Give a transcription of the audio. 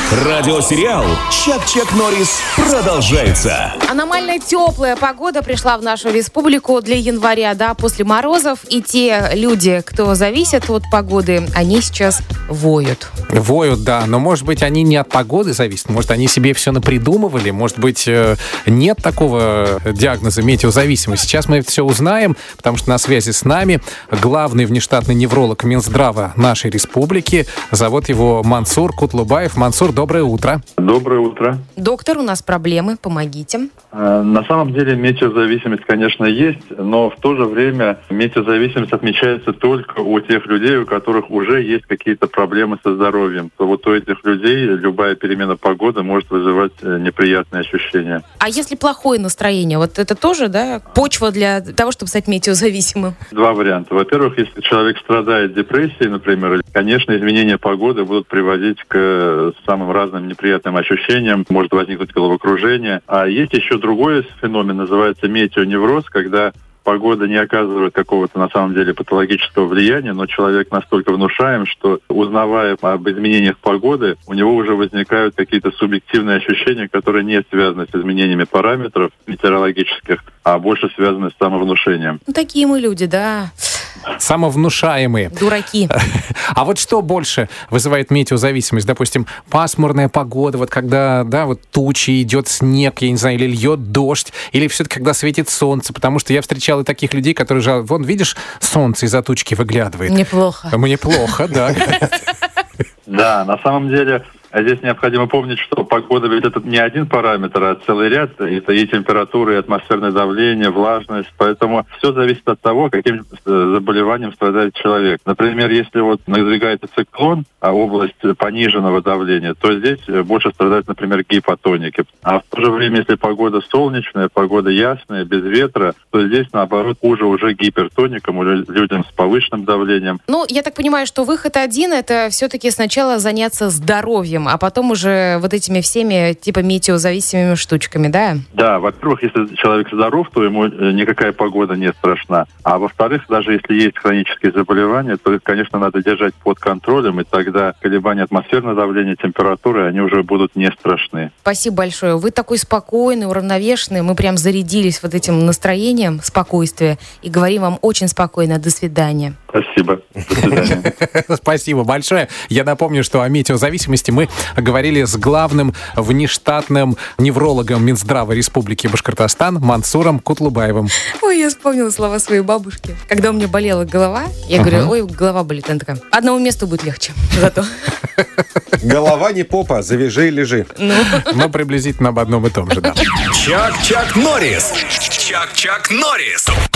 Радиосериал «Чак-Чак Норрис» продолжается. Аномально теплая погода пришла в нашу республику для января, да, после морозов. И те люди, кто зависят от погоды, они сейчас воют. Воют, да, но, может быть, они не от погоды зависят, может, они себе все напридумывали, может быть, нет такого диагноза метеозависимость. Сейчас мы это все узнаем, потому что на связи с нами главный внештатный невролог Минздрава нашей республики. Зовут его Мансур Кутлубаев. Мансур, доброе утро. Доброе утро. Доктор, у нас проблемы, помогите. На самом деле метеозависимость, конечно, есть, но в то же время метеозависимость отмечается только у тех людей, у которых уже есть какие-то проблемы со здоровьем. То вот у этих людей любая перемена погоды может вызывать неприятные ощущения. А если плохое настроение, вот это тоже, да, почва для того, чтобы стать метеозависимым? Два варианта. Во-первых, если человек страдает депрессией, например, конечно, изменения погоды будут приводить к самым разным неприятным ощущениям, может возникнуть головокружение. А есть еще другой феномен, называется метеоневроз, когда погода не оказывает какого-то, на самом деле, патологического влияния, но человек настолько внушаем, что, узнавая об изменениях погоды, у него уже возникают какие-то субъективные ощущения, которые не связаны с изменениями параметров метеорологических, а больше связаны с самовнушением. Ну, такие мы люди, да. Самовнушаемые. Дураки. А вот что больше вызывает метеозависимость? Допустим, пасмурная погода, вот когда, да, вот тучи, идет снег, я не знаю, или льет дождь, или все-таки когда светит солнце, потому что я встречал и таких людей, которые жалуются, вон, видишь, солнце из-за тучки выглядывает. Мне плохо. Мне плохо, да. Да, на самом деле... Здесь необходимо помнить, что погода ведь это не один параметр, а целый ряд. Это и температура, и атмосферное давление, влажность. Поэтому все зависит от того, каким заболеванием страдает человек. Например, если вот надвигается циклон, а область пониженного давления, то здесь больше страдают, например, гипотоники. А в то же время, если погода солнечная, погода ясная, без ветра, то здесь, наоборот, хуже уже гипертоникам, уже людям с повышенным давлением. Ну, я так понимаю, что выход один — это все-таки сначала заняться здоровьем, а потом уже вот этими всеми типа метеозависимыми штучками, да? Да, во-первых, если человек здоров, то ему никакая погода не страшна. А во-вторых, даже если есть хронические заболевания, то их, конечно, надо держать под контролем, и тогда колебания атмосферного давления, температуры, они уже будут не страшны. Спасибо большое. Вы такой спокойный, уравновешенный. Мы прям зарядились вот этим настроением спокойствия и говорим вам очень спокойно. До свидания. Спасибо. До свидания. Спасибо большое. Я напомню, что о метеозависимости мы говорили с главным внештатным неврологом Минздрава Республики Башкортостан Мансуром Кутлубаевым. Ой, я вспомнила слова своей бабушки. Когда у меня болела голова, я говорю, ой, голова болит. Она такая, одному месту будет легче. Зато. Голова не попа, завяжи и лежи. Ну, приблизительно об одном и том же, да. Чак-Чак Норрис. Чак-Чак Норрис.